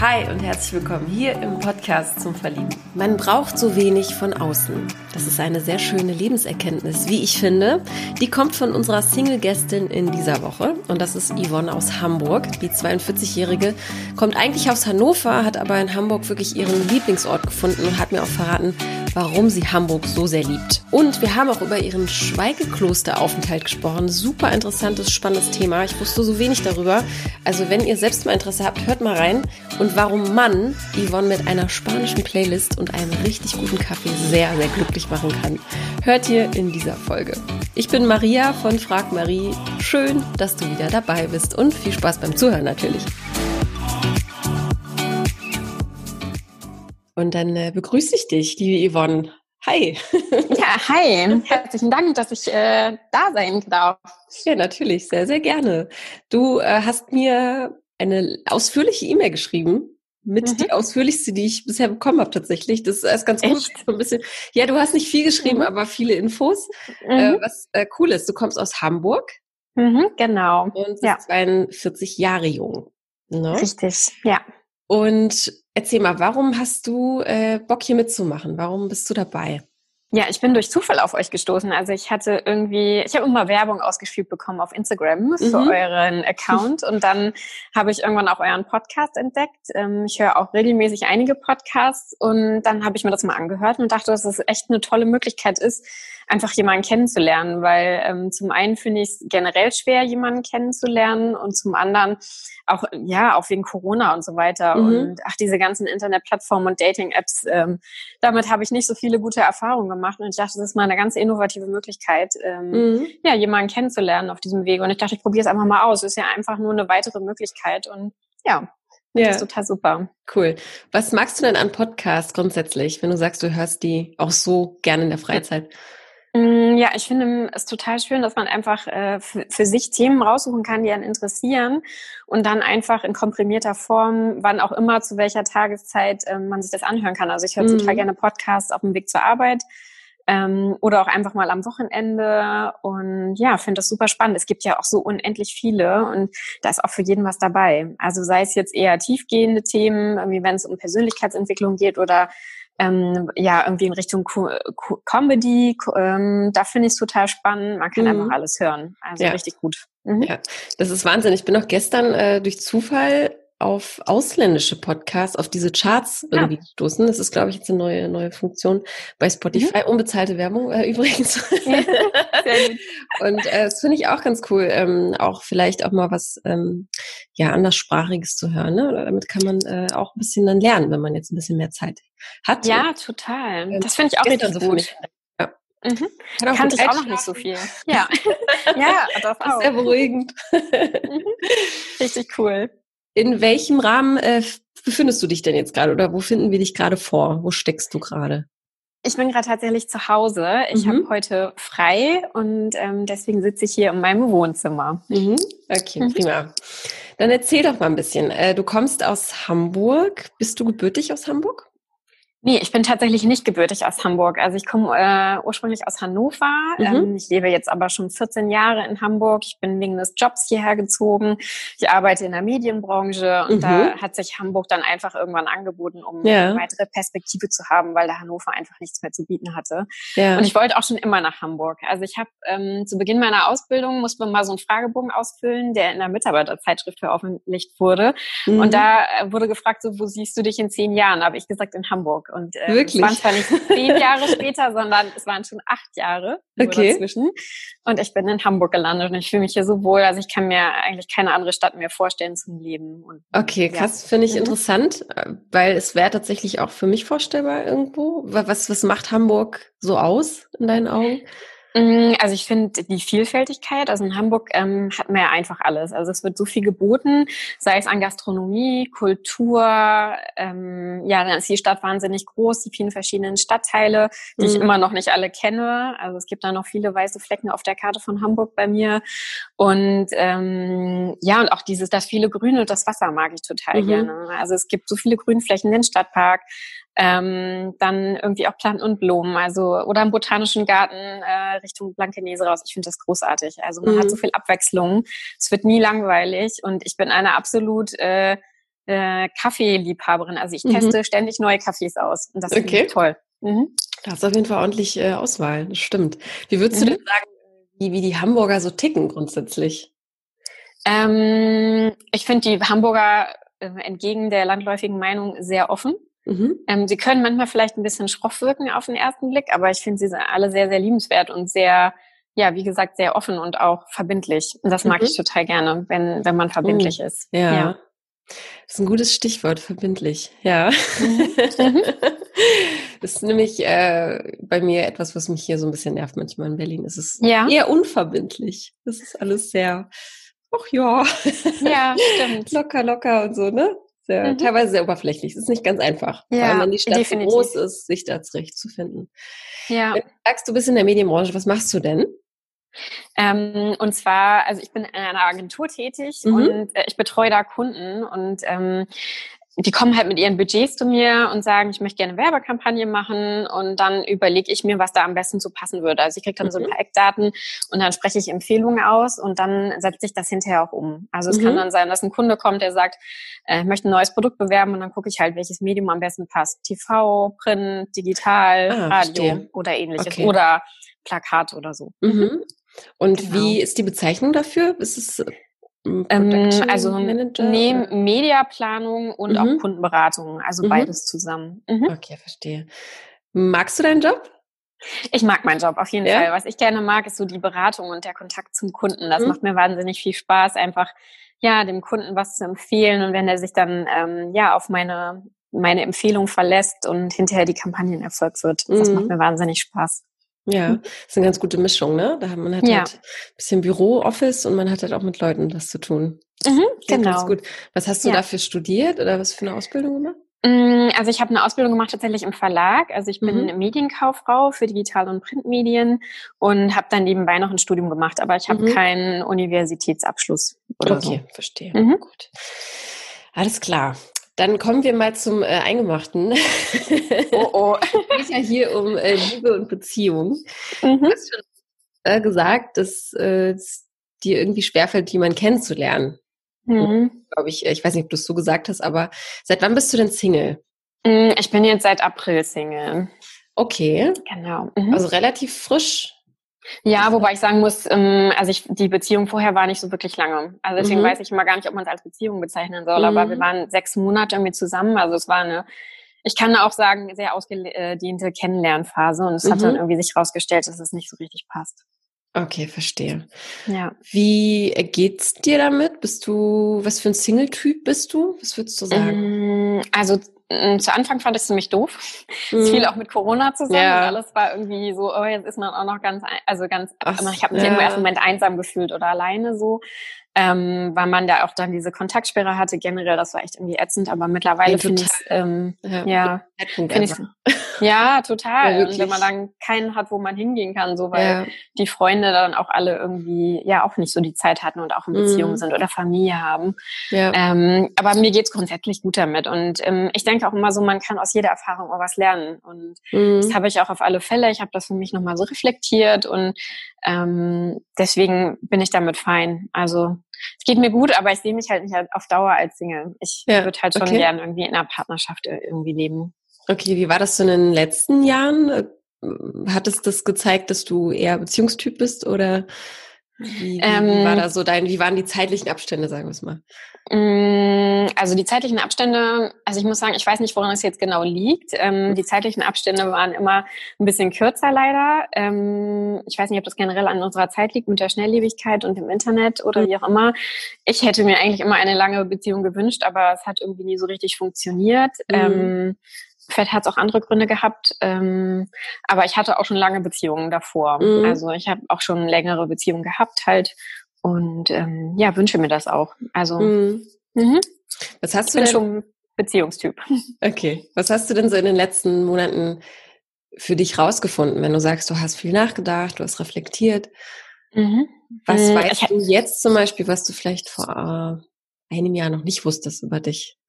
Hi und herzlich willkommen hier im Podcast zum Verlieben. Man braucht so wenig von außen. Das ist eine sehr schöne Lebenserkenntnis, wie ich finde. Die kommt von unserer Single-Gästin in dieser Woche und das ist Yvonne aus Hamburg. Die 42-Jährige kommt eigentlich aus Hannover, hat aber in Hamburg wirklich ihren Lieblingsort gefunden und hat mir auch verraten, warum sie Hamburg so sehr liebt. Und wir haben auch über ihren Schweigeklosteraufenthalt gesprochen. Super interessantes, spannendes Thema. Ich wusste so wenig darüber. Also wenn ihr selbst mal Interesse habt, hört mal rein. Und warum man Yvonne mit einer spanischen Playlist und einem richtig guten Kaffee sehr, sehr glücklich machen kann, hört ihr in dieser Folge. Ich bin Maria von Frag Marie. Schön, dass du wieder dabei bist und viel Spaß beim Zuhören natürlich. Und dann begrüße ich dich, liebe Yvonne. Hi. Ja, hi. Herzlichen Dank, dass ich da sein darf. Ja, natürlich. Sehr, sehr gerne. Du hast mir eine ausführliche E-Mail geschrieben. Mit die ausführlichste, die ich bisher bekommen habe tatsächlich. Das ist ganz cool. So ein bisschen, ja, du hast nicht viel geschrieben, aber viele Infos. Was cool ist, du kommst aus Hamburg. Genau. Und bist 42 Jahre jung. Ne? Richtig, ja. Und erzähl mal, warum hast du Bock hier mitzumachen? Warum bist du dabei? Ja, ich bin durch Zufall auf euch gestoßen. Also ich habe immer Werbung ausgespielt bekommen auf Instagram für euren Account und dann habe ich irgendwann auch euren Podcast entdeckt. Ich höre auch regelmäßig einige Podcasts und dann habe ich mir das mal angehört und dachte, dass es echt eine tolle Möglichkeit ist, einfach jemanden kennenzulernen, weil zum einen finde ich es generell schwer, jemanden kennenzulernen und zum anderen auch wegen Corona und so weiter und diese ganzen Internetplattformen und Dating-Apps, damit habe ich nicht so viele gute Erfahrungen gemacht und ich dachte, das ist mal eine ganz innovative Möglichkeit, jemanden kennenzulernen auf diesem Weg und ich dachte, ich probiere es einfach mal aus. Es ist ja einfach nur eine weitere Möglichkeit und das ist total super. Cool. Was magst du denn an Podcasts grundsätzlich, wenn du sagst, du hörst die auch so gerne in der Freizeit? Ja, ich finde es total schön, dass man einfach für sich Themen raussuchen kann, die einen interessieren und dann einfach in komprimierter Form, wann auch immer, zu welcher Tageszeit man sich das anhören kann. Also ich höre total gerne Podcasts auf dem Weg zur Arbeit oder auch einfach mal am Wochenende und finde das super spannend. Es gibt ja auch so unendlich viele und da ist auch für jeden was dabei. Also sei es jetzt eher tiefgehende Themen, irgendwie wenn es um Persönlichkeitsentwicklung geht oder irgendwie in Richtung Comedy, da finde ich es total spannend. Man kann einfach alles hören. Also richtig gut. Ja, das ist Wahnsinn. Ich bin auch gestern durch Zufall auf ausländische Podcasts, auf diese Charts irgendwie gestoßen. Das ist, glaube ich, jetzt eine neue Funktion bei Spotify. Unbezahlte Werbung übrigens. Ja, sehr gut. Und das finde ich auch ganz cool, auch vielleicht auch mal was anderssprachiges zu hören. Ne? Oder damit kann man auch ein bisschen dann lernen, wenn man jetzt ein bisschen mehr Zeit hat. Ja, total. Das finde ich auch richtig so gut. Kannte ich auch noch nicht so viel. Ja, das auch. Sehr beruhigend. Richtig cool. In welchem Rahmen befindest du dich denn jetzt gerade oder wo finden wir dich gerade vor? Wo steckst du gerade? Ich bin gerade tatsächlich zu Hause. Ich habe heute frei und deswegen sitze ich hier in meinem Wohnzimmer. Okay, prima. Dann erzähl doch mal ein bisschen. Du kommst aus Hamburg. Bist du gebürtig aus Hamburg? Nee, ich bin tatsächlich nicht gebürtig aus Hamburg. Also ich komme ursprünglich aus Hannover. Ich lebe jetzt aber schon 14 Jahre in Hamburg. Ich bin wegen des Jobs hierher gezogen. Ich arbeite in der Medienbranche und da hat sich Hamburg dann einfach irgendwann angeboten, um eine weitere Perspektive zu haben, weil da Hannover einfach nichts mehr zu bieten hatte. Ja. Und ich wollte auch schon immer nach Hamburg. Also ich habe zu Beginn meiner Ausbildung musste man mal so einen Fragebogen ausfüllen, der in der Mitarbeiterzeitschrift veröffentlicht wurde. Und da wurde gefragt, so, wo siehst du dich in 10 Jahren? Da habe ich gesagt, in Hamburg. Und es waren zwar nicht 10 Jahre später, sondern es waren schon 8 Jahre dazwischen. Und ich bin in Hamburg gelandet und ich fühle mich hier so wohl. Also ich kann mir eigentlich keine andere Stadt mehr vorstellen zum Leben. Und, okay, krass, finde ich interessant, weil es wäre tatsächlich auch für mich vorstellbar irgendwo. Was macht Hamburg so aus in deinen Augen? Also ich finde die Vielfältigkeit, also in Hamburg hat man ja einfach alles. Also es wird so viel geboten, sei es an Gastronomie, Kultur, dann ist die Stadt wahnsinnig groß, die vielen verschiedenen Stadtteile, die ich immer noch nicht alle kenne. Also es gibt da noch viele weiße Flecken auf der Karte von Hamburg bei mir. Und und auch das viele Grüne und das Wasser mag ich total gerne. Also es gibt so viele Grünflächen, den Stadtpark, dann irgendwie auch Planten und Blumen, also oder im Botanischen Garten Richtung Blankenese raus. Ich finde das großartig. Also man hat so viel Abwechslung. Es wird nie langweilig und ich bin eine absolut Kaffeeliebhaberin. Also ich teste ständig neue Kaffees aus und das finde ich toll. Da hast du auf jeden Fall ordentlich Auswahl, das stimmt. Wie würdest du denn sagen, wie die Hamburger so ticken grundsätzlich? Ich finde die Hamburger entgegen der landläufigen Meinung sehr offen. Sie können manchmal vielleicht ein bisschen schroff wirken auf den ersten Blick, aber ich finde sie sind alle sehr, sehr liebenswert und sehr, ja, wie gesagt, sehr offen und auch verbindlich. Und das mag ich total gerne, wenn man verbindlich ist. Ja. Das ist ein gutes Stichwort, verbindlich. Ja. Das ist nämlich bei mir etwas, was mich hier so ein bisschen nervt manchmal in Berlin. Es ist eher unverbindlich. Das ist alles sehr, ach ja. Ja, stimmt. Locker und so, ne? Teilweise sehr oberflächlich. Es ist nicht ganz einfach. Vor allem, wenn die Stadt so groß ist, sich da zurechtzufinden. Ja. Wenn du sagst, du bist in der Medienbranche, was machst du denn? Und zwar, also ich bin in einer Agentur tätig und ich betreue da Kunden und die kommen halt mit ihren Budgets zu mir und sagen, ich möchte gerne eine Werbekampagne machen und dann überlege ich mir, was da am besten so passen würde. Also ich kriege dann so ein paar Eckdaten und dann spreche ich Empfehlungen aus und dann setze ich das hinterher auch um. Also es kann dann sein, dass ein Kunde kommt, der sagt, ich möchte ein neues Produkt bewerben und dann gucke ich halt, welches Medium am besten passt. TV, Print, Digital, Radio oder ähnliches oder Plakat oder so. Und wie ist die Bezeichnung dafür? Ist es also Mediaplanung und auch Kundenberatung, also beides zusammen. Okay, verstehe. Magst du deinen Job? Ich mag meinen Job auf jeden Fall. Was ich gerne mag, ist so die Beratung und der Kontakt zum Kunden. Das macht mir wahnsinnig viel Spaß, einfach dem Kunden was zu empfehlen und wenn er sich dann auf meine Empfehlung verlässt und hinterher die Kampagnen Erfolg wird. Das macht mir wahnsinnig Spaß. Ja, das ist eine ganz gute Mischung, ne? Da hat man halt ein bisschen Büro, Office und man hat halt auch mit Leuten was zu tun. Genau. Ganz gut. Was hast du dafür studiert oder was für eine Ausbildung gemacht? Also ich habe eine Ausbildung gemacht tatsächlich im Verlag. Also ich bin Medienkauffrau für Digital- und Printmedien und habe dann nebenbei noch ein Studium gemacht, aber ich habe keinen Universitätsabschluss oder so. Okay, verstehe. Gut. Alles klar. Dann kommen wir mal zum Eingemachten. Es geht ja hier um Liebe und Beziehung. Du hast schon gesagt, dass es dir irgendwie schwerfällt, jemanden kennenzulernen. Glaube ich. Ich weiß nicht, ob du es so gesagt hast, aber seit wann bist du denn Single? Ich bin jetzt seit April Single. Okay. Genau. Also relativ frisch. Ja, wobei ich sagen muss, die Beziehung vorher war nicht so wirklich lange. Also deswegen weiß ich immer gar nicht, ob man es als Beziehung bezeichnen soll. Aber wir waren 6 Monate irgendwie zusammen. Also es war ich kann auch sagen, sehr ausgedehnte Kennenlernphase. Und es hat dann irgendwie sich rausgestellt, dass es nicht so richtig passt. Okay, verstehe. Ja. Wie geht's dir damit? Was für ein Single-Typ bist du? Was würdest du sagen? Also zu Anfang fand ich es ziemlich doof. Es fiel auch mit Corona zusammen und alles war irgendwie so, jetzt ist man auch noch ich habe mich im ersten Moment einsam gefühlt oder alleine so, weil man da auch dann diese Kontaktsperre hatte generell, das war echt irgendwie ätzend, aber mittlerweile finde ich ja, total. Ja, und wenn man dann keinen hat, wo man hingehen kann, so, weil die Freunde dann auch alle irgendwie auch nicht so die Zeit hatten und auch in Beziehungen sind oder Familie haben. Ja. Aber mir geht's grundsätzlich gut damit. Und ich denke auch immer so, man kann aus jeder Erfahrung auch was lernen. Und das habe ich auch auf alle Fälle. Ich habe das für mich nochmal so reflektiert und deswegen bin ich damit fein. Also es geht mir gut, aber ich sehe mich halt nicht auf Dauer als Single. Ich würde halt schon gern irgendwie in einer Partnerschaft irgendwie leben. Okay, wie war das so in den letzten Jahren? Hat es das gezeigt, dass du eher Beziehungstyp bist oder wie war da so wie waren die zeitlichen Abstände, sagen wir es mal? Also die zeitlichen Abstände, also ich muss sagen, ich weiß nicht, woran es jetzt genau liegt. Die zeitlichen Abstände waren immer ein bisschen kürzer leider. Ich weiß nicht, ob das generell an unserer Zeit liegt mit der Schnelllebigkeit und dem Internet oder wie auch immer. Ich hätte mir eigentlich immer eine lange Beziehung gewünscht, aber es hat irgendwie nie so richtig funktioniert. Vielleicht hat es auch andere Gründe gehabt, aber ich hatte auch schon lange Beziehungen davor. Also ich habe auch schon längere Beziehungen gehabt halt und wünsche mir das auch. Also was hast du denn? Ich bin schon Beziehungstyp. Okay, was hast du denn so in den letzten Monaten für dich rausgefunden, wenn du sagst, du hast viel nachgedacht, du hast reflektiert? Was weißt du jetzt zum Beispiel, was du vielleicht vor einem Jahr noch nicht wusstest über dich?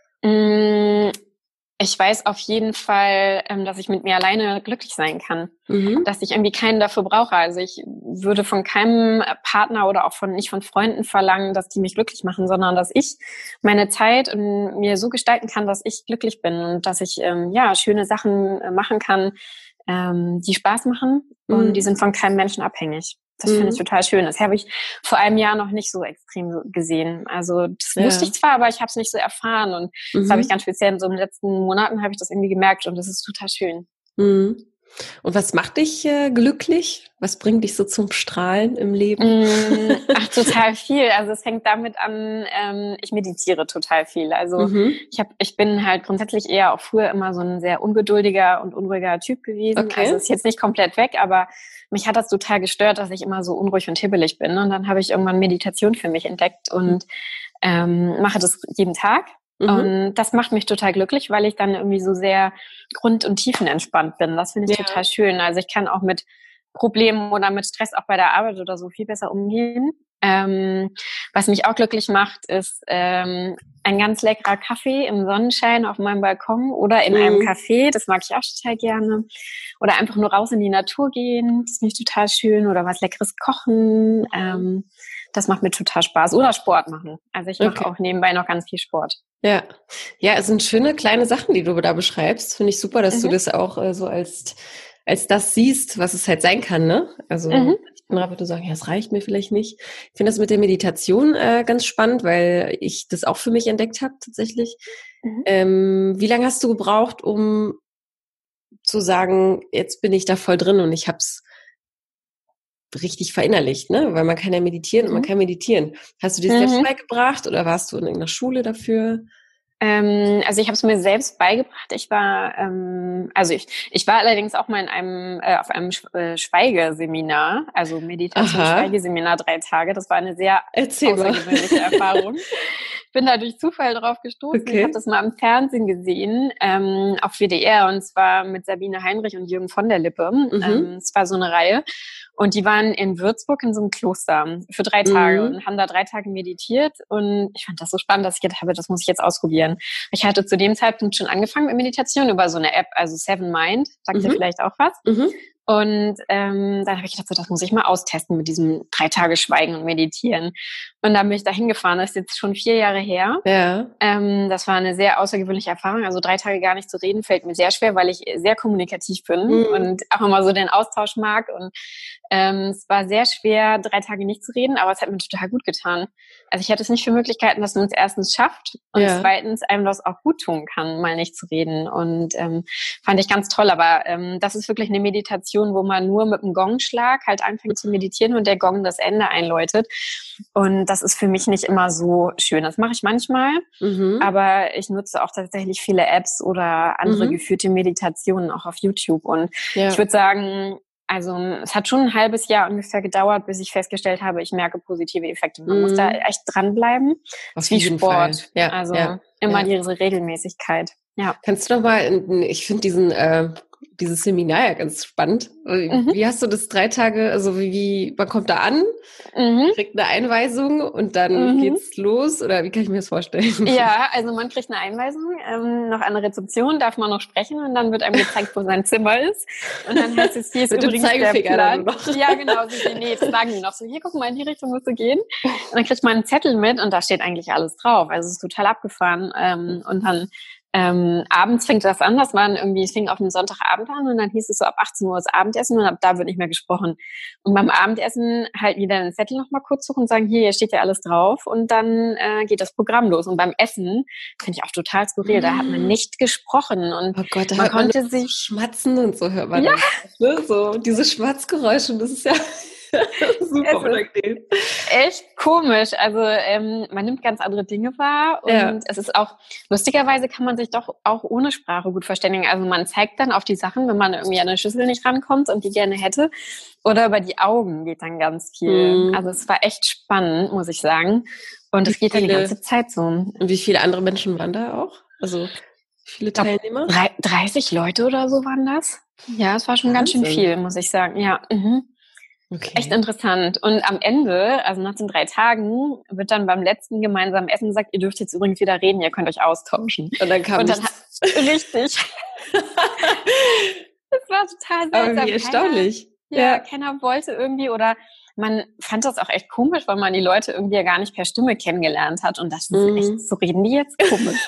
Ich weiß auf jeden Fall, dass ich mit mir alleine glücklich sein kann. Dass ich irgendwie keinen dafür brauche. Also ich würde von keinem Partner oder auch nicht von Freunden verlangen, dass die mich glücklich machen, sondern dass ich meine Zeit mir so gestalten kann, dass ich glücklich bin und dass ich schöne Sachen machen kann, die Spaß machen und die sind von keinem Menschen abhängig. Das finde ich total schön. Das habe ich vor einem Jahr noch nicht so extrem gesehen. Also das wusste ich zwar, aber ich habe es nicht so erfahren. Und das habe ich ganz speziell in so den letzten Monaten habe ich das irgendwie gemerkt und das ist total schön. Mhm. Und was macht dich glücklich? Was bringt dich so zum Strahlen im Leben? Ach, total viel. Also es fängt damit an, ich meditiere total viel. Also ich bin halt grundsätzlich eher auch früher immer so ein sehr ungeduldiger und unruhiger Typ gewesen. Okay. Also ist jetzt nicht komplett weg, aber mich hat das total gestört, dass ich immer so unruhig und hibbelig bin. Und dann habe ich irgendwann Meditation für mich entdeckt und mache das jeden Tag. Und das macht mich total glücklich, weil ich dann irgendwie so sehr grund- und tiefenentspannt bin. Das finde ich total schön. Also ich kann auch mit Problemen oder mit Stress auch bei der Arbeit oder so viel besser umgehen. Was mich auch glücklich macht, ist ein ganz leckerer Kaffee im Sonnenschein auf meinem Balkon oder in einem Café. Das mag ich auch total gerne. Oder einfach nur raus in die Natur gehen. Das finde ich total schön. Oder was Leckeres kochen. Das macht mir total Spaß. Oder Sport machen. Also ich mache auch nebenbei noch ganz viel Sport. Ja, es sind schöne kleine Sachen, die du da beschreibst. Finde ich super, dass du das auch so als das siehst, was es halt sein kann, ne? Also andere würde sagen, ja, es reicht mir vielleicht nicht. Ich finde das mit der Meditation ganz spannend, weil ich das auch für mich entdeckt habe tatsächlich. Wie lange hast du gebraucht, um zu sagen, jetzt bin ich da voll drin und ich hab's richtig verinnerlicht, ne? Weil man kann ja meditieren und man kann meditieren. Hast du dir selbst beigebracht oder warst du in irgendeiner Schule dafür? Also ich habe es mir selbst beigebracht. Ich war allerdings auch mal in einem auf einem Schweigeseminar, also Meditation-Schweigeseminar 3 Tage. Das war eine sehr außergewöhnliche Erfahrung. Ich bin da durch Zufall drauf gestoßen. Ich habe das mal im Fernsehen gesehen, auf WDR, und zwar mit Sabine Heinrich und Jürgen von der Lippe. Es war so eine Reihe. Und die waren in Würzburg in so einem Kloster für 3 Tage und haben da 3 Tage meditiert. Und ich fand das so spannend, dass ich gedacht habe, das muss ich jetzt ausprobieren. Ich hatte zu dem Zeitpunkt schon angefangen mit Meditation über so eine App, also Seven Mind, sagt ihr vielleicht auch was. Und dann habe ich gedacht, so, das muss ich mal austesten mit diesem 3 Tage Schweigen und Meditieren. Und dann bin ich da hingefahren, das ist jetzt schon 4 Jahre her. Ja. Das war eine sehr außergewöhnliche Erfahrung. Also 3 Tage gar nicht zu reden, fällt mir sehr schwer, weil ich sehr kommunikativ bin und auch immer so den Austausch mag. Und es war sehr schwer, 3 Tage nicht zu reden, aber es hat mir total gut getan. Also ich hatte es nicht für Möglichkeiten, dass man es erstens schafft und zweitens einem das auch gut tun kann, mal nicht zu reden. Und fand ich ganz toll. Aber das ist wirklich eine Meditation, wo man nur mit einem Gongschlag halt anfängt zu meditieren und der Gong das Ende einläutet. Und das ist für mich nicht immer so schön. Das mache ich manchmal, aber ich nutze auch tatsächlich viele Apps oder andere geführte Meditationen auch auf YouTube. Und ich würde sagen, also es hat schon ein halbes Jahr ungefähr gedauert, bis ich festgestellt habe, ich merke positive Effekte. Man muss da echt dranbleiben. Das ist wie Sport. Ja, also immer diese Regelmäßigkeit. Ja. Kannst du noch mal, ich finde dieses Seminar ja ganz spannend. Wie hast du das 3 Tage, also man kommt da an, kriegt eine Einweisung und dann geht's los, oder wie kann ich mir das vorstellen? Ja, also man kriegt eine Einweisung, noch eine Rezeption, darf man noch sprechen und dann wird einem gezeigt, wo sein Zimmer ist. Und dann heißt es, hier ist mit übrigens dem Zeigefinger der Plan. Ja, genau. Das sagen die noch so, hier, guck mal, in die Richtung musst du gehen. Und dann kriegt man einen Zettel mit und da steht eigentlich alles drauf. Also es ist total abgefahren. Und dann abends fängt das an, es fing auf einen Sonntagabend an und dann hieß es so, ab 18 Uhr ist Abendessen und ab da wird nicht mehr gesprochen. Und beim Abendessen halt wieder einen Zettel noch mal kurz suchen und sagen, hier steht ja alles drauf und dann geht das Programm los. Und beim Essen finde ich auch total skurril, da hat man nicht gesprochen und oh Gott, da man konnte sich so schmatzen und so hört man das, ne? So diese Schmatzgeräusche, das ist ja super unangenehm. Echt komisch. Also man nimmt ganz andere Dinge wahr und es ist auch, lustigerweise kann man sich doch auch ohne Sprache gut verständigen. Also man zeigt dann auf die Sachen, wenn man irgendwie an eine Schüssel nicht rankommt und die gerne hätte. Oder über die Augen geht dann ganz viel. Also es war echt spannend, muss ich sagen. Und es geht dann die ganze Zeit so. Und wie viele andere Menschen waren da auch? Also viele Teilnehmer? 30 Leute oder so waren das. Ja, es war schon ganz schön viel, muss ich sagen. Ja, Okay. Echt interessant. Und am Ende, also nach den 3 Tagen, wird dann beim letzten gemeinsamen Essen gesagt, ihr dürft jetzt übrigens wieder reden, ihr könnt euch austauschen. Und dann kam richtig. Das war total seltsam. Aber wie erstaunlich. Ja, keiner wollte irgendwie oder man fand das auch echt komisch, weil man die Leute irgendwie ja gar nicht per Stimme kennengelernt hat und das ist echt, so reden die jetzt komisch.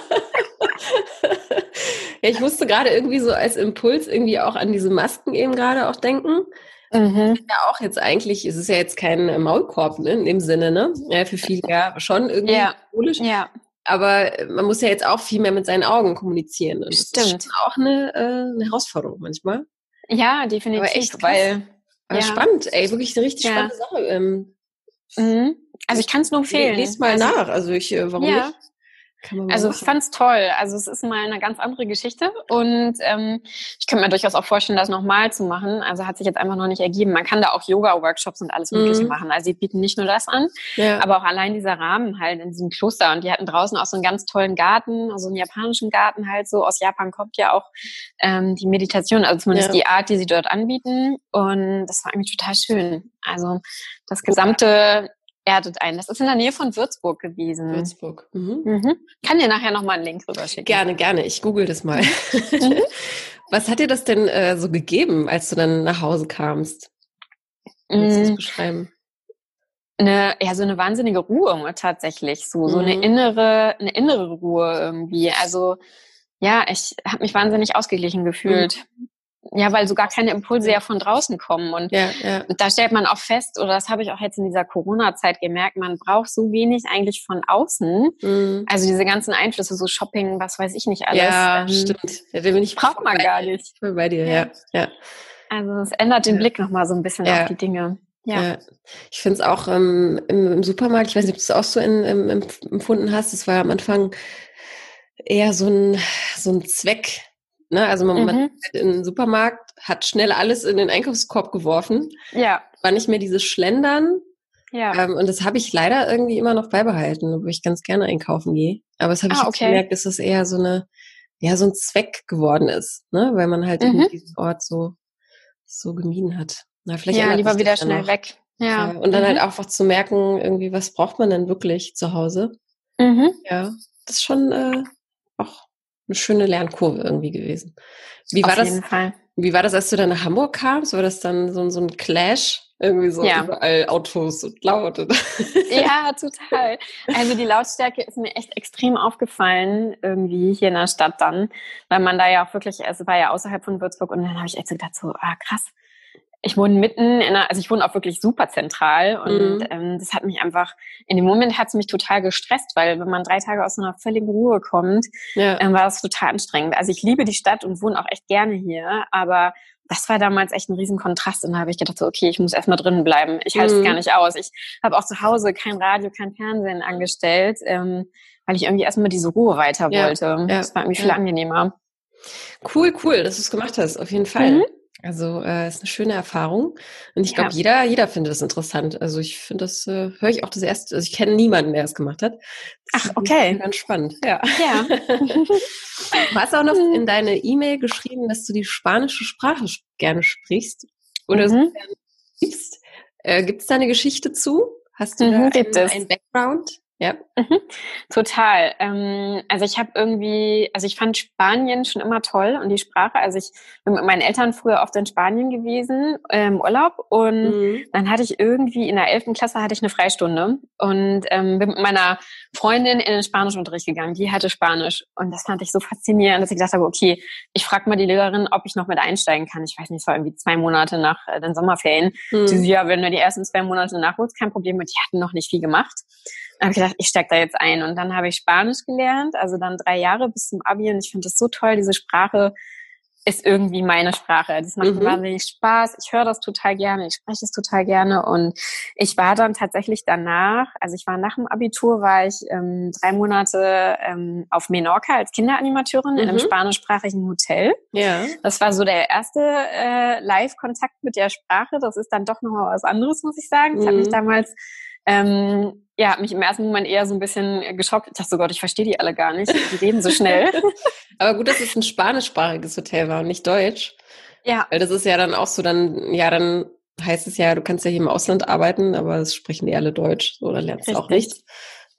Ja, ich musste gerade irgendwie so als Impuls irgendwie auch an diese Masken eben gerade auch denken. Mhm. Ja, auch jetzt eigentlich, es ist ja jetzt kein Maulkorb, ne, in dem Sinne, ne? Ja, für viele ja schon irgendwie symbolisch. Ja. Aber man muss ja jetzt auch viel mehr mit seinen Augen kommunizieren. Und das Stimmt. ist auch eine Herausforderung manchmal. Ja, definitiv. Aber echt krass. Aber spannend, ey, wirklich eine richtig spannende Sache. Also ich kann es nur empfehlen. Lest mal nach, also warum nicht? Also ich fand's toll. Also es ist mal eine ganz andere Geschichte und ich könnte mir durchaus auch vorstellen, das nochmal zu machen. Also hat sich jetzt einfach noch nicht ergeben. Man kann da auch Yoga-Workshops und alles Mögliche machen. Also sie bieten nicht nur das an, aber auch allein dieser Rahmen halt in diesem Kloster. Und die hatten draußen auch so einen ganz tollen Garten, also einen japanischen Garten halt so. Aus Japan kommt ja auch die Meditation, also zumindest die Art, die sie dort anbieten. Und das war eigentlich total schön. Also das gesamte erdet einen. Das ist in der Nähe von Würzburg gewesen. Würzburg. Kann dir nachher nochmal einen Link rüber schicken. Gerne. Ich google das mal. Was hat dir das denn so gegeben, als du dann nach Hause kamst? Kannst du das beschreiben? So eine wahnsinnige Ruhe tatsächlich. So eine innere Ruhe irgendwie. Also ja, ich habe mich wahnsinnig ausgeglichen gefühlt. Ja, weil so gar keine Impulse ja von draußen kommen. Und da stellt man auch fest, oder das habe ich auch jetzt in dieser Corona-Zeit gemerkt, man braucht so wenig eigentlich von außen. Also diese ganzen Einflüsse, so Shopping, was weiß ich nicht alles. Ja, stimmt. Ja, braucht man gar nicht. Ich bin bei dir, ja. Also es ändert den Blick nochmal so ein bisschen auf die Dinge. Ja. Ich finde es auch im Supermarkt, ich weiß nicht, ob du es auch so empfunden hast, es war am Anfang eher so ein Zweck. Ne, also man in den Supermarkt hat schnell alles in den Einkaufskorb geworfen. Ja. War nicht mehr dieses Schlendern. Ja. Und das habe ich leider irgendwie immer noch beibehalten, obwohl ich ganz gerne einkaufen gehe. Aber das habe ich jetzt gemerkt, dass das eher so ein Zweck geworden ist, ne, weil man halt irgendwie diesen Ort so gemieden hat. Na, vielleicht lieber wieder schnell weg. Ja. Und dann halt einfach zu merken, irgendwie, was braucht man denn wirklich zu Hause? Ja, das ist schon auch eine schöne Lernkurve irgendwie gewesen. Wie war das? Jeden Fall. Wie war das, als du dann nach Hamburg kamst? War das dann so ein Clash? Irgendwie so überall Autos und laut? Ja, total. Also die Lautstärke ist mir echt extrem aufgefallen irgendwie hier in der Stadt dann, weil man da ja auch wirklich, es war ja außerhalb von Würzburg und dann habe ich echt so gedacht, so, krass. Ich wohne ich wohne auch wirklich super zentral und das hat mich einfach, in dem Moment hat es mich total gestresst, weil wenn man 3 Tage aus einer völligen Ruhe kommt, war das total anstrengend. Also ich liebe die Stadt und wohne auch echt gerne hier, aber das war damals echt ein riesen Kontrast und da habe ich gedacht, so, okay, ich muss erstmal drinnen bleiben. Ich halte es gar nicht aus. Ich habe auch zu Hause kein Radio, kein Fernsehen angestellt, weil ich irgendwie erstmal diese Ruhe weiter wollte. Das war irgendwie viel angenehmer. Cool, dass du es gemacht hast, auf jeden Fall. Also ist eine schöne Erfahrung und ich glaube, jeder findet das interessant. Also ich finde das, höre ich auch das erste, also ich kenne niemanden, der es gemacht hat. Ach, okay. Ganz spannend, ja. Du hast auch noch in deine E-Mail geschrieben, dass du die spanische Sprache gerne sprichst oder so gerne liebst. Gibt es da eine Geschichte zu? Hast du da einen Background? Ja. Total. Also ich fand Spanien schon immer toll und die Sprache, also ich bin mit meinen Eltern früher oft in Spanien gewesen, im Urlaub und dann hatte ich irgendwie in der 11. Klasse hatte ich eine Freistunde und bin mit meiner Freundin in den Spanischunterricht gegangen, die hatte Spanisch und das fand ich so faszinierend, dass ich gedacht habe, okay, ich frage mal die Lehrerin, ob ich noch mit einsteigen kann. Ich weiß nicht, es war irgendwie 2 Monate nach den Sommerferien. Sie so, ja, wenn du die ersten 2 Monate nachholst, kein Problem, und die hatten noch nicht viel gemacht. Dann habe ich gedacht, ich steige da jetzt ein. Und dann habe ich Spanisch gelernt, also dann 3 Jahre bis zum Abi. Und ich finde das so toll. Diese Sprache ist irgendwie meine Sprache. Das macht mir wahnsinnig Spaß. Ich höre das total gerne. Ich spreche es total gerne. Und ich war dann tatsächlich danach, also ich war nach dem Abitur, war ich 3 Monate auf Menorca als Kinderanimateurin in einem spanischsprachigen Hotel. Ja. Das war so der erste Live-Kontakt mit der Sprache. Das ist dann doch nochmal was anderes, muss ich sagen. Das hat mich damals hat mich im ersten Moment eher so ein bisschen geschockt. Ich dachte so, Gott, ich verstehe die alle gar nicht. Die reden so schnell. Aber gut, dass es ein spanischsprachiges Hotel war und nicht deutsch. Ja. Weil das ist ja dann auch so, dann heißt es ja, du kannst ja hier im Ausland arbeiten, aber es sprechen die alle Deutsch. So, dann lernst du auch nichts.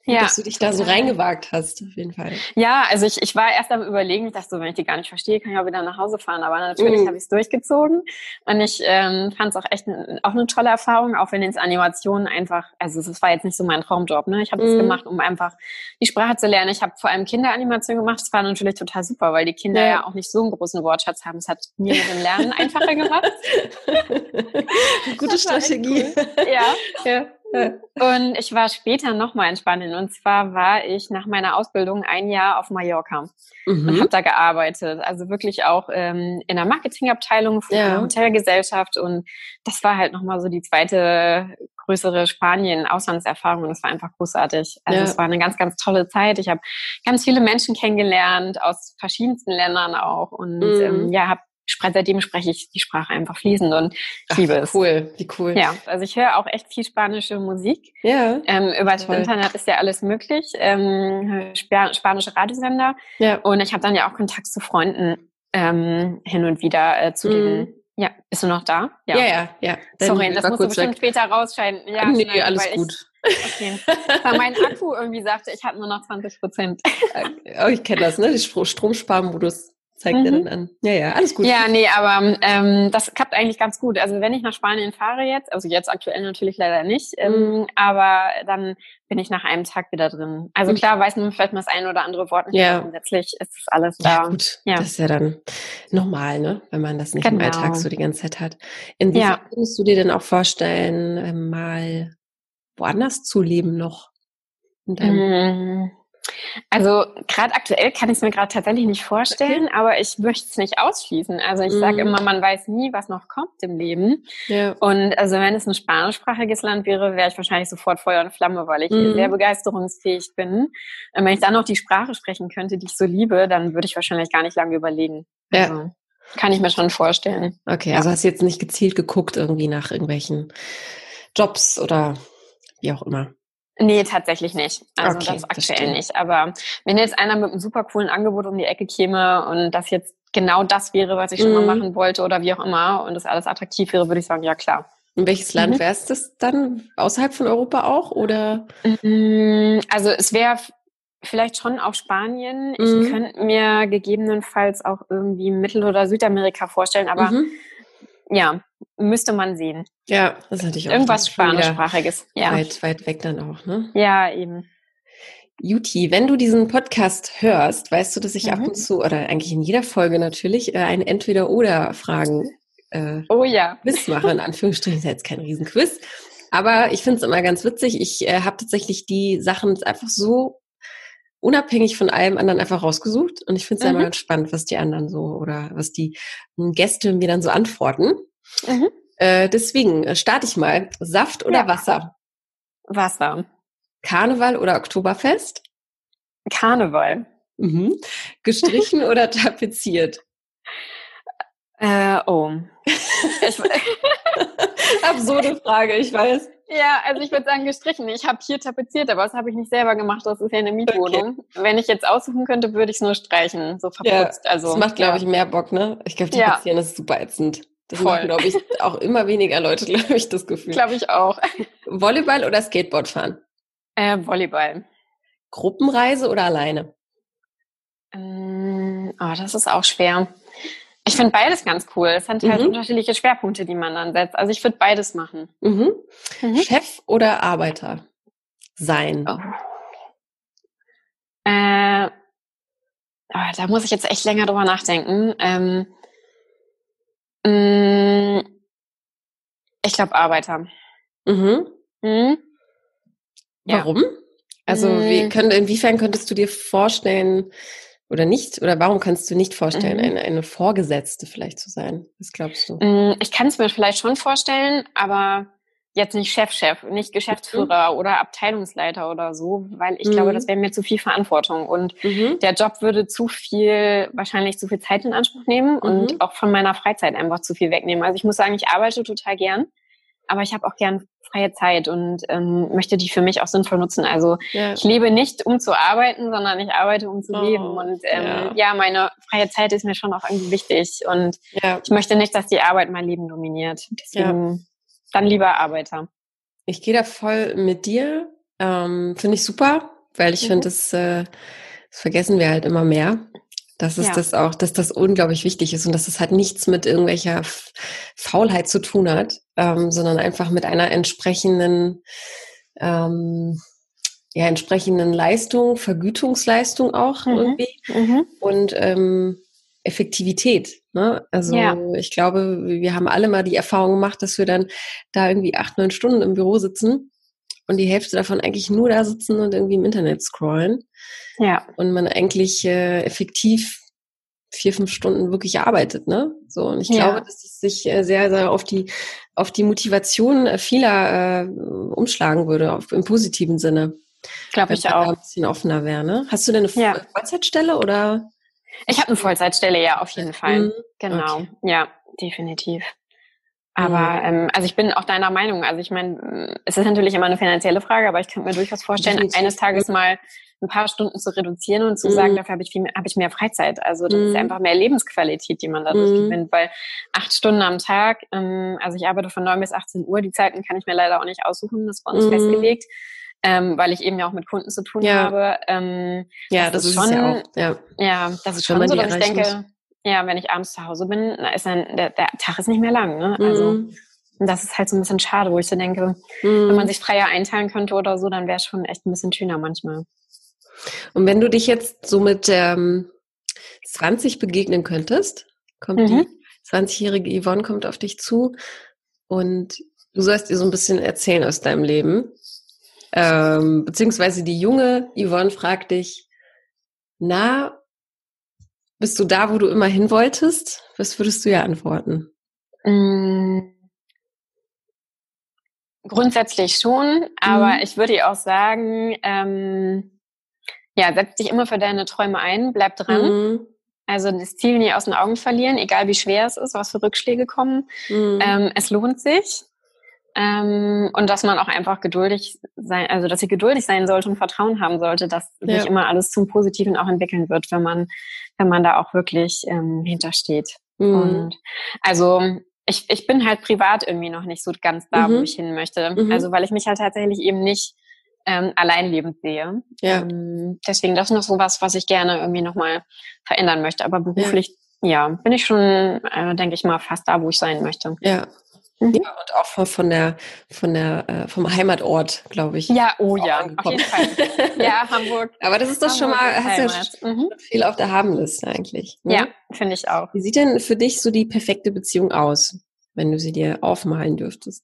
Ja, dass du dich da so reingewagt hast, auf jeden Fall. Ja, also ich war erst am Überlegen, ich dachte so, wenn ich die gar nicht verstehe, kann ich auch wieder nach Hause fahren. Aber natürlich habe ich es durchgezogen. Und ich fand es auch echt auch eine tolle Erfahrung, auch wenn jetzt Animationen einfach, also das war jetzt nicht so mein Traumjob, ne? Ich habe das gemacht, um einfach die Sprache zu lernen. Ich habe vor allem Kinderanimation gemacht. Das war natürlich total super, weil die Kinder ja auch nicht so einen großen Wortschatz haben. Es hat mir mit dem Lernen einfacher gemacht. Gute Strategie. Cool. Ja. Und ich war später nochmal in Spanien. Und zwar war ich nach meiner Ausbildung 1 Jahr auf Mallorca und habe da gearbeitet. Also wirklich auch in der Marketingabteilung von einer Hotelgesellschaft. Und das war halt nochmal so die zweite größere Spanien-Auslandserfahrung. Und das war einfach großartig. Also es war eine ganz, ganz tolle Zeit. Ich habe ganz viele Menschen kennengelernt, aus verschiedensten Ländern auch. Und seitdem spreche ich die Sprache einfach fließend und liebe es. Cool, wie cool. Ja, also ich höre auch echt viel spanische Musik. Ja. Über das Internet ist ja alles möglich. Spanische Radiosender. Ja. Und ich habe dann ja auch Kontakt zu Freunden hin und wieder zu denen. Ja, bist du noch da? Ja. Sorry, das musst du bestimmt später rausscheiden. Ja, nee, alles gut. Okay. Weil mein Akku irgendwie sagte, ich habe nur noch 20%. Oh, ich kenne das, ne? Der Stromsparmodus zeigt er dann an. Ja, alles gut. Ja, nee, aber das klappt eigentlich ganz gut. Also wenn ich nach Spanien fahre jetzt, also jetzt aktuell natürlich leider nicht, aber dann bin ich nach einem Tag wieder drin. Also klar weiß man vielleicht mal das ein oder andere Wort nicht, aber grundsätzlich ist das alles da. Ja, gut. Ja. Das ist ja dann normal, ne? Wenn man das nicht im Alltag so die ganze Zeit hat. Inwiefern würdest du dir denn auch vorstellen, mal woanders zu leben noch? Also gerade aktuell kann ich es mir gerade tatsächlich nicht vorstellen, aber ich möchte es nicht ausschließen. Also ich sage immer, man weiß nie, was noch kommt im Leben. Ja. Und also wenn es ein spanischsprachiges Land wäre, wäre ich wahrscheinlich sofort Feuer und Flamme, weil ich sehr begeisterungsfähig bin. Und wenn ich dann noch die Sprache sprechen könnte, die ich so liebe, dann würde ich wahrscheinlich gar nicht lange überlegen. Also, kann ich mir schon vorstellen. Okay, also hast du jetzt nicht gezielt geguckt irgendwie nach irgendwelchen Jobs oder wie auch immer? Nee, tatsächlich nicht. Also das aktuell nicht. Aber wenn jetzt einer mit einem super coolen Angebot um die Ecke käme und das jetzt genau das wäre, was ich schon mal machen wollte oder wie auch immer und das alles attraktiv wäre, würde ich sagen, ja klar. In welches Land wäre es das dann? Außerhalb von Europa auch? Oder? Also es wäre vielleicht schon auch Spanien. Ich könnte mir gegebenenfalls auch irgendwie Mittel- oder Südamerika vorstellen, aber ja, müsste man sehen. Ja, das ist natürlich auch irgendwas Spanischsprachiges. Ja. Weit weg dann auch, ne? Ja, eben. Juti, wenn du diesen Podcast hörst, weißt du, dass ich ab und zu, oder eigentlich in jeder Folge natürlich, eine Entweder-Oder-Fragen Quiz mache, in Anführungsstrichen, ist ja jetzt kein Riesenquiz. Aber ich finde es immer ganz witzig. Ich habe tatsächlich die Sachen einfach so unabhängig von allem anderen einfach rausgesucht. Und ich finde es ja immer ganz spannend, was die anderen so oder was die Gäste mir dann so antworten. Deswegen starte ich mal. Saft oder Wasser? Wasser. Karneval oder Oktoberfest? Karneval. Gestrichen oder tapeziert? Absurde Frage, ich weiß. Ja, also ich würde sagen gestrichen. Ich habe hier tapeziert, aber das habe ich nicht selber gemacht. Das ist ja eine Mietwohnung. Okay. Wenn ich jetzt aussuchen könnte, würde ich es nur streichen, so verputzt. Ja, das macht, glaube ich, mehr Bock, ne? Ich glaube, tapezieren ist super ätzend. Das machen, glaube ich, auch immer weniger Leute, glaube ich, das Gefühl. Glaube ich auch. Volleyball oder Skateboard fahren? Volleyball. Gruppenreise oder alleine? Das ist auch schwer. Ich finde beides ganz cool. Es sind halt unterschiedliche Schwerpunkte, die man dann setzt. Also ich würde beides machen. Chef oder Arbeiter sein? Da muss ich jetzt echt länger drüber nachdenken. Ich glaube Arbeiter. Warum? Also inwiefern könntest du dir vorstellen oder nicht? Oder warum kannst du nicht vorstellen, eine Vorgesetzte vielleicht zu sein? Was glaubst du? Ich kann es mir vielleicht schon vorstellen, aber jetzt nicht Chef, nicht Geschäftsführer oder Abteilungsleiter oder so, weil ich glaube, das wäre mir zu viel Verantwortung und der Job würde wahrscheinlich zu viel Zeit in Anspruch nehmen und auch von meiner Freizeit einfach zu viel wegnehmen. Also ich muss sagen, ich arbeite total gern, aber ich habe auch gern freie Zeit und möchte die für mich auch sinnvoll nutzen. Also ich lebe nicht, um zu arbeiten, sondern ich arbeite, um zu leben. Und meine freie Zeit ist mir schon auch irgendwie wichtig. Und ich möchte nicht, dass die Arbeit mein Leben dominiert. Deswegen dann lieber Arbeiter. Ich gehe da voll mit dir. Finde ich super. weil ich finde, das vergessen wir halt immer mehr. Dass das unglaublich wichtig ist und dass es halt nichts mit irgendwelcher Faulheit zu tun hat, sondern einfach mit einer entsprechenden Leistung, Vergütungsleistung auch irgendwie und Effektivität. Ne? Also ich glaube, wir haben alle mal die Erfahrung gemacht, dass wir dann da irgendwie 8-9 Stunden im Büro sitzen und die Hälfte davon eigentlich nur da sitzen und irgendwie im Internet scrollen. Ja. Und man eigentlich effektiv 4-5 Stunden wirklich arbeitet, ne? So, und ich glaube, dass es sich sehr, sehr auf die Motivation vieler umschlagen würde, im positiven Sinne. Glaube ich auch. Ein bisschen offener wäre, ne? Hast du denn eine Vollzeitstelle oder? Ich habe eine Vollzeitstelle, ja, auf jeden Fall. Genau, okay. Ja, definitiv. Aber also ich bin auch deiner Meinung. Also ich meine, es ist natürlich immer eine finanzielle Frage, aber ich kann mir durchaus vorstellen, eines Tages mal ein paar Stunden zu reduzieren und zu sagen, dafür habe ich mehr Freizeit. Also das ist einfach mehr Lebensqualität, die man dadurch gewinnt, weil 8 Stunden am Tag, also ich arbeite von 9 bis 18 Uhr, die Zeiten kann ich mir leider auch nicht aussuchen, das ist bei uns festgelegt, weil ich eben ja auch mit Kunden zu tun habe. Das ist schon, ja auch. Ja, das ist schon so, dass ich denke, ja, wenn ich abends zu Hause bin, ist dann der Tag ist nicht mehr lang, ne? Also das ist halt so ein bisschen schade, wo ich so denke, wenn man sich freier einteilen könnte oder so, dann wäre es schon echt ein bisschen schöner manchmal. Und wenn du dich jetzt so mit 20 begegnen könntest, kommt die 20-jährige Yvonne kommt auf dich zu und du sollst ihr so ein bisschen erzählen aus deinem Leben. Beziehungsweise die junge Yvonne fragt dich, na, bist du da, wo du immer hin wolltest? Was würdest du ja antworten? Grundsätzlich schon, aber ich würde ihr auch sagen, setz dich immer für deine Träume ein, bleib dran. Also das Ziel nie aus den Augen verlieren, egal wie schwer es ist, was für Rückschläge kommen. Es lohnt sich. Und dass man auch einfach geduldig sein, also dass sie geduldig sein sollte und Vertrauen haben sollte, dass sich immer alles zum Positiven auch entwickeln wird, wenn man da auch wirklich hintersteht. Und also ich bin halt privat irgendwie noch nicht so ganz da, wo ich hin möchte. Also weil ich mich halt tatsächlich eben nicht allein lebend sehe. Deswegen das ist noch so was ich gerne irgendwie nochmal verändern möchte. Aber beruflich, bin ich schon, denke ich mal, fast da, wo ich sein möchte. Ja. Ja, und auch vom Heimatort, glaube ich. Ja, auf jeden Fall. Ja, Hamburg. Aber das ist doch schon mal, hast ja viel auf der Habenliste eigentlich. Ne? Ja, finde ich auch. Wie sieht denn für dich so die perfekte Beziehung aus, wenn du sie dir aufmalen dürftest?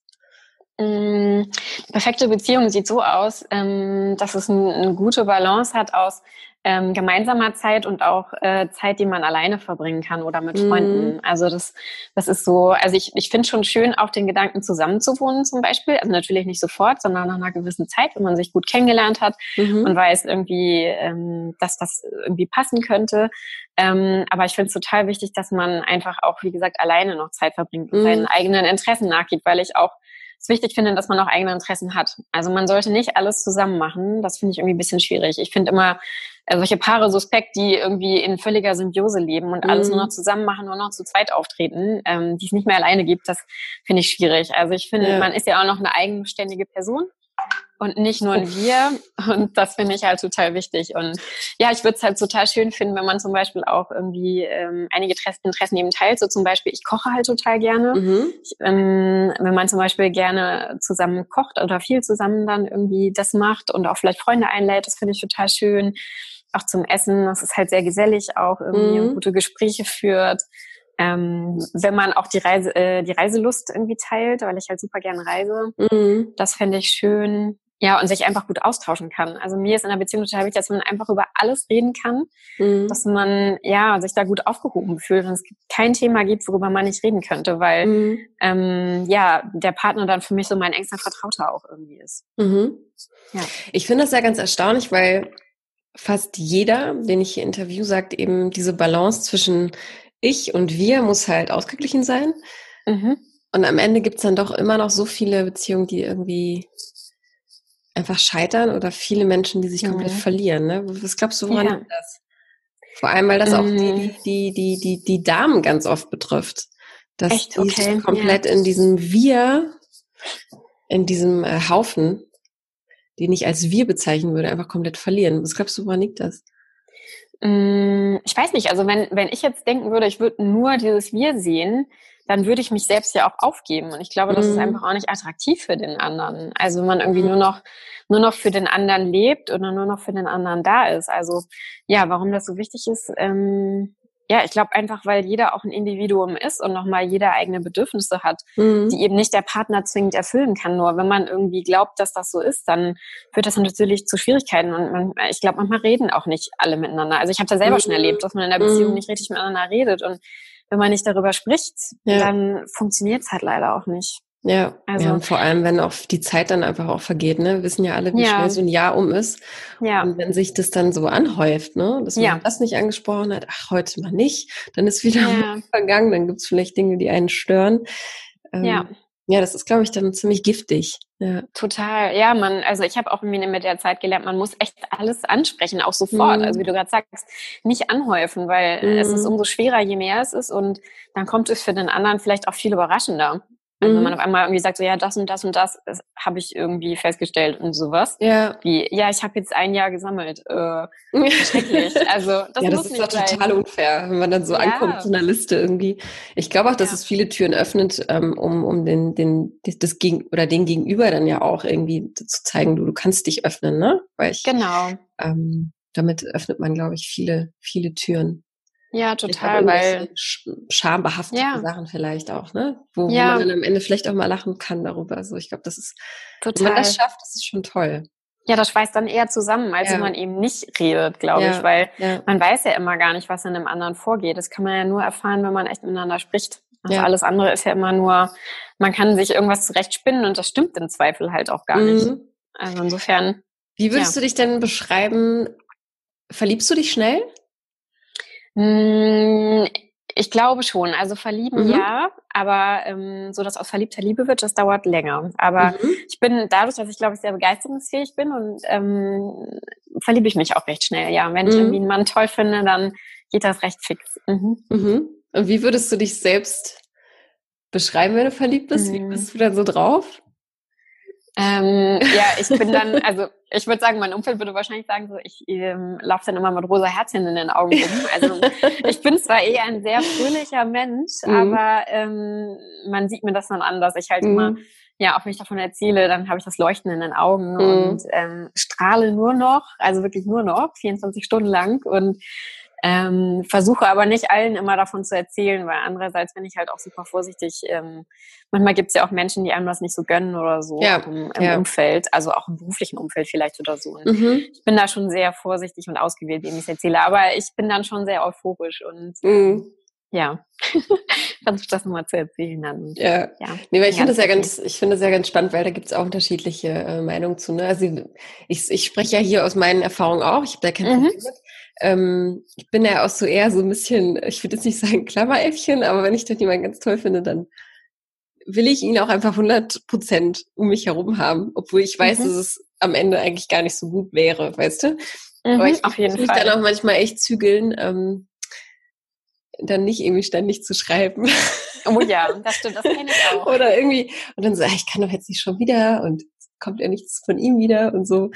Perfekte Beziehung sieht so aus, dass es eine gute Balance hat aus gemeinsamer Zeit und auch Zeit, die man alleine verbringen kann oder mit Freunden. Also das ist so, also ich finde schon schön, auch den Gedanken zusammen zu wohnen zum Beispiel. Also natürlich nicht sofort, sondern nach einer gewissen Zeit, wenn man sich gut kennengelernt hat und weiß irgendwie, dass das irgendwie passen könnte. Aber ich finde es total wichtig, dass man einfach auch, wie gesagt, alleine noch Zeit verbringt und seinen eigenen Interessen nachgeht, weil ich auch es wichtig finde, dass man auch eigene Interessen hat. Also man sollte nicht alles zusammen machen. Das finde ich irgendwie ein bisschen schwierig. Ich finde immer solche Paare suspekt, die irgendwie in völliger Symbiose leben und alles nur noch zusammen machen, nur noch zu zweit auftreten, die es nicht mehr alleine gibt. Das finde ich schwierig. Also ich finde, man ist ja auch noch eine eigenständige Person und nicht nur ein Wir. Und das finde ich halt total wichtig. Und ja, ich würde es halt total schön finden, wenn man zum Beispiel auch irgendwie einige Interessen eben teilt. So zum Beispiel, ich koche halt total gerne. Wenn man zum Beispiel gerne zusammen kocht oder viel zusammen dann irgendwie das macht und auch vielleicht Freunde einlädt, das finde ich total schön. Auch zum Essen, das ist halt sehr gesellig auch irgendwie und gute Gespräche führt. Wenn man auch die Reiselust irgendwie teilt, weil ich halt super gerne reise, das fände ich schön. Ja, und sich einfach gut austauschen kann. Also mir ist in einer Beziehung total wichtig, dass man einfach über alles reden kann, dass man sich da gut aufgehoben fühlt und es kein Thema gibt, worüber man nicht reden könnte, weil der Partner dann für mich so mein engster Vertrauter auch irgendwie ist. Ja. Ich finde das ja ganz erstaunlich, weil fast jeder, den ich hier interview, sagt eben, diese Balance zwischen ich und wir muss halt ausgeglichen sein. Und am Ende gibt's dann doch immer noch so viele Beziehungen, die irgendwie einfach scheitern oder viele Menschen, die sich komplett verlieren. Ne? Was glaubst du, woran liegt das? Vor allem, weil das auch die Damen ganz oft betrifft. Dass die sich komplett in diesem Wir, in diesem Haufen den ich als wir bezeichnen würde, einfach komplett verlieren. Was glaubst du, woran liegt das? Ich weiß nicht, also wenn ich jetzt denken würde, ich würde nur dieses Wir sehen, dann würde ich mich selbst ja auch aufgeben. Und ich glaube, das ist einfach auch nicht attraktiv für den anderen. Also wenn man irgendwie nur noch für den anderen lebt oder nur noch für den anderen da ist. Also ja, warum das so wichtig ist, ja, ich glaube einfach, weil jeder auch ein Individuum ist und nochmal jeder eigene Bedürfnisse hat, die eben nicht der Partner zwingend erfüllen kann. Nur wenn man irgendwie glaubt, dass das so ist, dann führt das natürlich zu Schwierigkeiten. Und ich glaube, manchmal reden auch nicht alle miteinander. Also ich habe da selber schon erlebt, dass man in der Beziehung nicht richtig miteinander redet. Und wenn man nicht darüber spricht, dann funktioniert es halt leider auch nicht. Ja, also und vor allem, wenn auch die Zeit dann einfach auch vergeht, ne? Wir wissen ja alle, wie schnell so ein Jahr um ist. Ja. Und wenn sich das dann so anhäuft, ne? Dass man das nicht angesprochen hat, ach, heute mal nicht, dann ist wieder vergangen, dann gibt's vielleicht Dinge, die einen stören. Ja, das ist, glaube ich, dann ziemlich giftig. Ja. Total. Ja, also ich habe auch mit der Zeit gelernt, man muss echt alles ansprechen, auch sofort. Also wie du gerade sagst, nicht anhäufen, weil es ist umso schwerer, je mehr es ist und dann kommt es für den anderen vielleicht auch viel überraschender. Also wenn man auf einmal irgendwie sagt, so ja, das und das und das habe ich irgendwie festgestellt und sowas. Ja. Wie, ja, ich habe jetzt ein Jahr gesammelt. Schrecklich. Also das muss ist nicht doch sein. Total unfair, wenn man dann so ankommt zu einer Liste irgendwie. Ich glaube auch, dass es viele Türen öffnet, um den Gegenüber dann ja auch irgendwie zu zeigen, du kannst dich öffnen, ne? Genau. Damit öffnet man, glaube ich, viele, viele Türen. Ja, total, weil schambehaftete Sachen vielleicht auch, ne? Wo man dann am Ende vielleicht auch mal lachen kann darüber. Also ich glaube, das ist, total. wenn man das schafft, das ist schon toll. Ja, das schweißt dann eher zusammen, als wenn man eben nicht redet, glaube ich, weil man weiß ja immer gar nicht, was in dem anderen vorgeht. Das kann man ja nur erfahren, wenn man echt miteinander spricht. Also alles andere ist ja immer nur, man kann sich irgendwas zurechtspinnen und das stimmt im Zweifel halt auch gar nicht. Also insofern. Wie würdest du dich denn beschreiben? Verliebst du dich schnell? Ich glaube schon. Also verlieben ja, aber so, dass aus verliebter Liebe wird, das dauert länger. Aber ich bin dadurch, dass ich glaube ich sehr begeisterungsfähig bin und verliebe ich mich auch recht schnell. Ja, wenn ich irgendwie einen Mann toll finde, dann geht das recht fix. Und wie würdest du dich selbst beschreiben, wenn du verliebt bist? Wie bist du dann so drauf? Ja, ich bin dann, also ich würde sagen, mein Umfeld würde wahrscheinlich sagen, so ich laufe dann immer mit rosa Herzchen in den Augen rum. Also ich bin zwar eher ein sehr fröhlicher Mensch, aber man sieht mir das dann an, dass ich halt immer, auch wenn ich davon erzähle, dann habe ich das Leuchten in den Augen und strahle nur noch, also wirklich nur noch, 24 Stunden lang und versuche aber nicht allen immer davon zu erzählen, weil andererseits bin ich halt auch super vorsichtig. Manchmal gibt es ja auch Menschen, die einem das nicht so gönnen oder so im Umfeld, also auch im beruflichen Umfeld vielleicht oder so. Und ich bin da schon sehr vorsichtig und ausgewählt, wem ich es erzähle, aber ich bin dann schon sehr euphorisch und versuche das nochmal zu erzählen. Dann, nee, weil ich finde das ja ganz spannend, weil da gibt es auch unterschiedliche Meinungen zu. Ne? Also ich spreche ja hier aus meinen Erfahrungen auch, ich habe da kein Problem mit. Ich bin ja auch so eher so ein bisschen, ich würde jetzt nicht sagen Klammeräffchen, aber wenn ich dann jemanden ganz toll finde, dann will ich ihn auch einfach 100% um mich herum haben, obwohl ich weiß, dass es am Ende eigentlich gar nicht so gut wäre, weißt du? Aber ich auf jeden muss mich dann auch manchmal echt zügeln, dann nicht irgendwie ständig zu schreiben. Oh ja, das stimmt, das kenne ich auch. Oder irgendwie, und dann so, ich kann doch jetzt nicht schon wieder und kommt ja nichts von ihm wieder und so.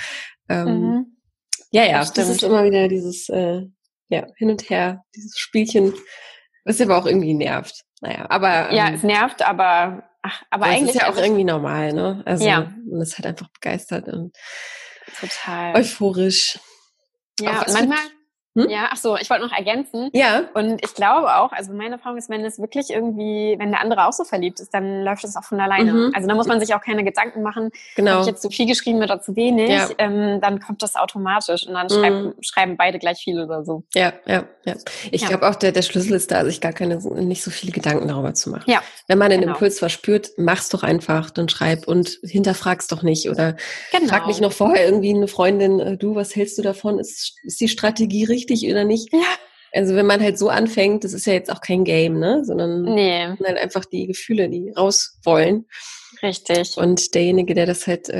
Das ist immer wieder dieses hin und her, dieses Spielchen, was aber auch irgendwie nervt. Naja, aber es nervt, aber eigentlich ist ja auch irgendwie normal, ne? Also man ist halt einfach begeistert und total euphorisch. Ja, und manchmal Ja, ach so, ich wollte noch ergänzen. Ja. Und ich glaube auch, also meine Erfahrung ist, wenn es wirklich irgendwie, wenn der andere auch so verliebt ist, dann läuft es auch von alleine. Also da muss man sich auch keine Gedanken machen, habe ich jetzt zu viel geschrieben oder zu wenig, dann kommt das automatisch und dann schreiben beide gleich viel oder so. Ja. Ich glaube auch, der Schlüssel ist da, sich nicht so viele Gedanken darüber zu machen. Ja, wenn man einen Impuls verspürt, mach's doch einfach, dann schreib und hinterfrag's doch nicht oder frag nicht noch vorher irgendwie eine Freundin, du, was hältst du davon? Ist die Strategie richtig oder nicht? Ja. Also wenn man halt so anfängt, das ist ja jetzt auch kein Game, ne? Sondern halt einfach die Gefühle, die raus wollen. Richtig. Und derjenige, der das halt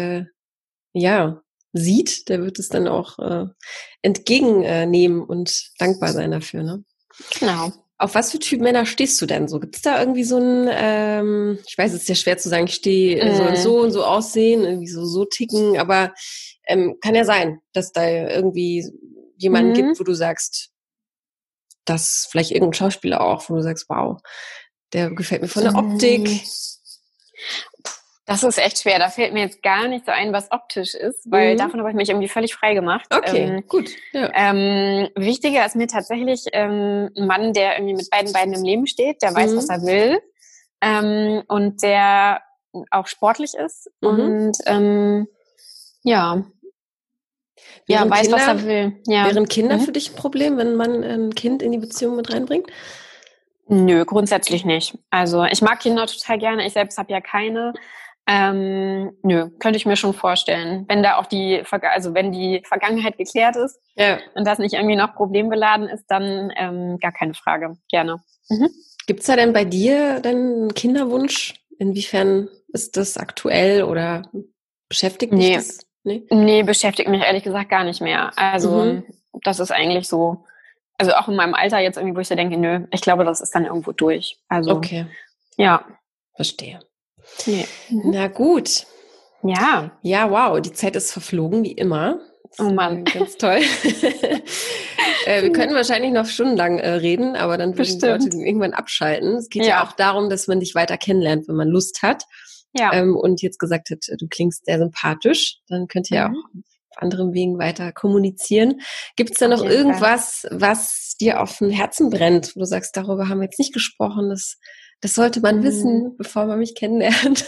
sieht, der wird es dann auch entgegennehmen und dankbar sein dafür, ne? Genau. Auf was für Typ Männer stehst du denn so? Gibt's da irgendwie so ein, ich weiß, es ist ja schwer zu sagen, ich stehe soll so und so aussehen, irgendwie so ticken, aber kann ja sein, dass da irgendwie jemanden gibt, wo du sagst, dass vielleicht irgendein Schauspieler auch, wo du sagst, wow, der gefällt mir von der Optik. Das ist echt schwer. Da fällt mir jetzt gar nicht so ein, was optisch ist, weil davon habe ich mich irgendwie völlig frei gemacht. Okay, gut. Ja. Wichtiger ist mir tatsächlich ein Mann, der irgendwie mit beiden Beinen im Leben steht, der weiß, was er will und der auch sportlich ist und weiß, Kinder, was er will. Ja. Wären Kinder für dich ein Problem, wenn man ein Kind in die Beziehung mit reinbringt? Nö, grundsätzlich nicht. Also ich mag Kinder total gerne. Ich selbst habe ja keine. Könnte ich mir schon vorstellen. Wenn da auch wenn die Vergangenheit geklärt ist und das nicht irgendwie noch problembeladen ist, dann gar keine Frage. Gerne. Gibt's da denn bei dir einen Kinderwunsch? Inwiefern ist das aktuell oder beschäftigt dich das? Nee, beschäftigt mich ehrlich gesagt gar nicht mehr. Also das ist eigentlich so, also auch in meinem Alter jetzt irgendwie, wo ich so denke, ich glaube, das ist dann irgendwo durch. Also okay. Ja. Verstehe. Nee. Na gut. Ja. Ja, wow, die Zeit ist verflogen, wie immer. Oh Mann. Ganz toll. Wir könnten wahrscheinlich noch stundenlang reden, aber dann würden die Leute irgendwann abschalten. Es geht ja auch darum, dass man dich weiter kennenlernt, wenn man Lust hat. Ja. Und jetzt gesagt hat, du klingst sehr sympathisch. Dann könnt ihr auch auf anderen Wegen weiter kommunizieren. Gibt es da noch irgendwas, was dir auf dem Herzen brennt, wo du sagst, darüber haben wir jetzt nicht gesprochen, das sollte man wissen, bevor man mich kennenlernt?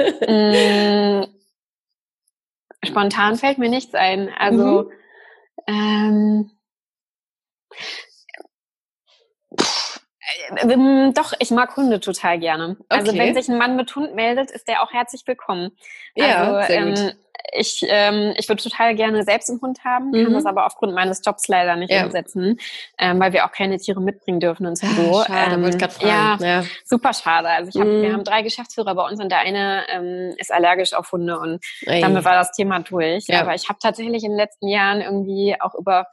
Spontan fällt mir nichts ein. Also, doch, ich mag Hunde total gerne. Also wenn sich ein Mann mit Hund meldet, ist der auch herzlich willkommen. Ja, also, sehr gut. Ich würde total gerne selbst einen Hund haben, kann das aber aufgrund meines Jobs leider nicht umsetzen, weil wir auch keine Tiere mitbringen dürfen ins Büro. Schade, wollte ich gerade fragen. Ja, super schade. Also wir haben 3 Geschäftsführer bei uns und der eine ist allergisch auf Hunde und damit war das Thema durch. Ja. Aber ich habe tatsächlich in den letzten Jahren irgendwie auch über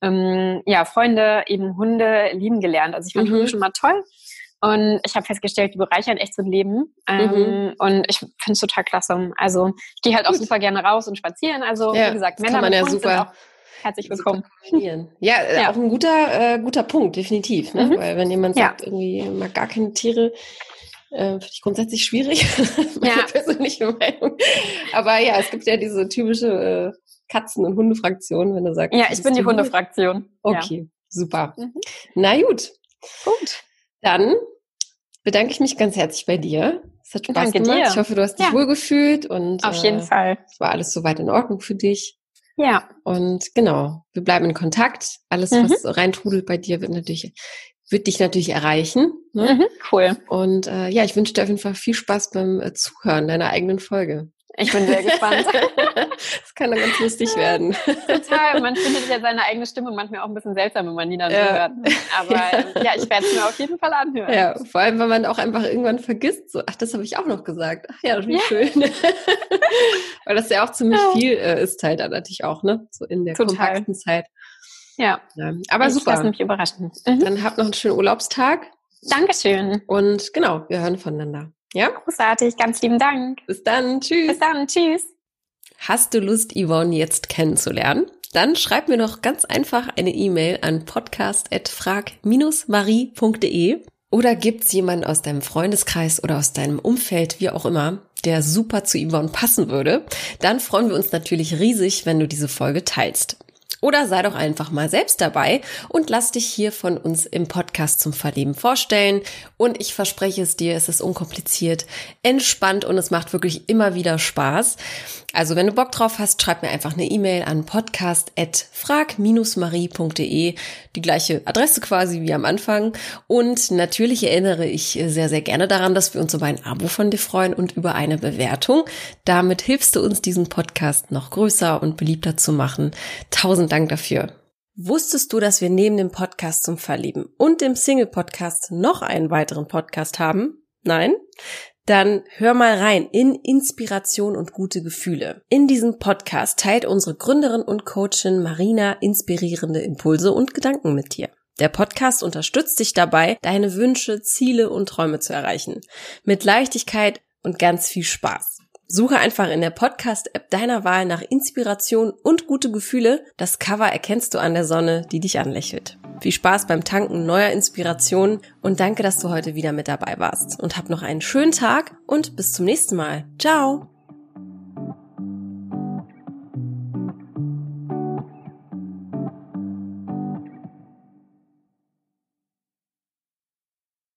Freunde eben Hunde lieben gelernt. Also ich fand Hunde schon mal toll. Und ich habe festgestellt, die bereichern echt so ein Leben. Und ich finde es total klasse. Also ich gehe halt auch super gerne raus und spazieren. Also wie gesagt, Männer mit Hund sind auch herzlich willkommen. Ja, auch ein guter Punkt, definitiv. Ne? Weil wenn jemand sagt, irgendwie mag gar keine Tiere, finde ich grundsätzlich schwierig. Meine persönliche Meinung. Aber ja, es gibt ja diese typische Katzen- und Hundefraktion, wenn du sagst. Ja, ich bin die Hundefraktion. Okay, super. Na gut. Gut. Dann bedanke ich mich ganz herzlich bei dir. Es hat Spaß gemacht. Dir. Ich hoffe, du hast dich wohlgefühlt und auf jeden Fall. Es war alles soweit in Ordnung für dich. Ja. Und genau, wir bleiben in Kontakt. Alles, was reintrudelt bei dir, wird dich natürlich erreichen. Ne? Cool. Und ich wünsche dir auf jeden Fall viel Spaß beim Zuhören deiner eigenen Folge. Ich bin sehr gespannt. Das kann dann ganz lustig werden. Total. Man findet ja seine eigene Stimme manchmal auch ein bisschen seltsam, wenn man die dann so hört. Aber ich werde es mir auf jeden Fall anhören. Ja, vor allem, wenn man auch einfach irgendwann vergisst, so, ach, das habe ich auch noch gesagt. Ach ja, wie schön. Weil das ja auch ziemlich viel ist halt dann natürlich auch, ne? So in der kompakten Zeit. Ja. Aber super. Lass mich überraschen. Dann habt noch einen schönen Urlaubstag. Dankeschön. Und genau, wir hören voneinander. Ja? Großartig, ganz lieben Dank. Bis dann, tschüss. Bis dann, tschüss. Hast du Lust, Yvonne jetzt kennenzulernen? Dann schreib mir doch ganz einfach eine E-Mail an podcast@frag-marie.de oder gibt's jemanden aus deinem Freundeskreis oder aus deinem Umfeld, wie auch immer, der super zu Yvonne passen würde? Dann freuen wir uns natürlich riesig, wenn du diese Folge teilst. Oder sei doch einfach mal selbst dabei und lass dich hier von uns im Podcast zum Verlieben vorstellen. Und ich verspreche es dir, es ist unkompliziert, entspannt und es macht wirklich immer wieder Spaß. Also wenn du Bock drauf hast, schreib mir einfach eine E-Mail an podcast@frag-marie.de, die gleiche Adresse quasi wie am Anfang. Und natürlich erinnere ich sehr, sehr gerne daran, dass wir uns über ein Abo von dir freuen und über eine Bewertung. Damit hilfst du uns, diesen Podcast noch größer und beliebter zu machen. 1000 Dank dafür. Wusstest du, dass wir neben dem Podcast zum Verlieben und dem Single-Podcast noch einen weiteren Podcast haben? Nein? Dann hör mal rein in Inspiration und gute Gefühle. In diesem Podcast teilt unsere Gründerin und Coachin Marina inspirierende Impulse und Gedanken mit dir. Der Podcast unterstützt dich dabei, deine Wünsche, Ziele und Träume zu erreichen. Mit Leichtigkeit und ganz viel Spaß. Suche einfach in der Podcast-App deiner Wahl nach Inspiration und gute Gefühle. Das Cover erkennst du an der Sonne, die dich anlächelt. Viel Spaß beim Tanken neuer Inspirationen und danke, dass du heute wieder mit dabei warst. Und hab noch einen schönen Tag und bis zum nächsten Mal. Ciao!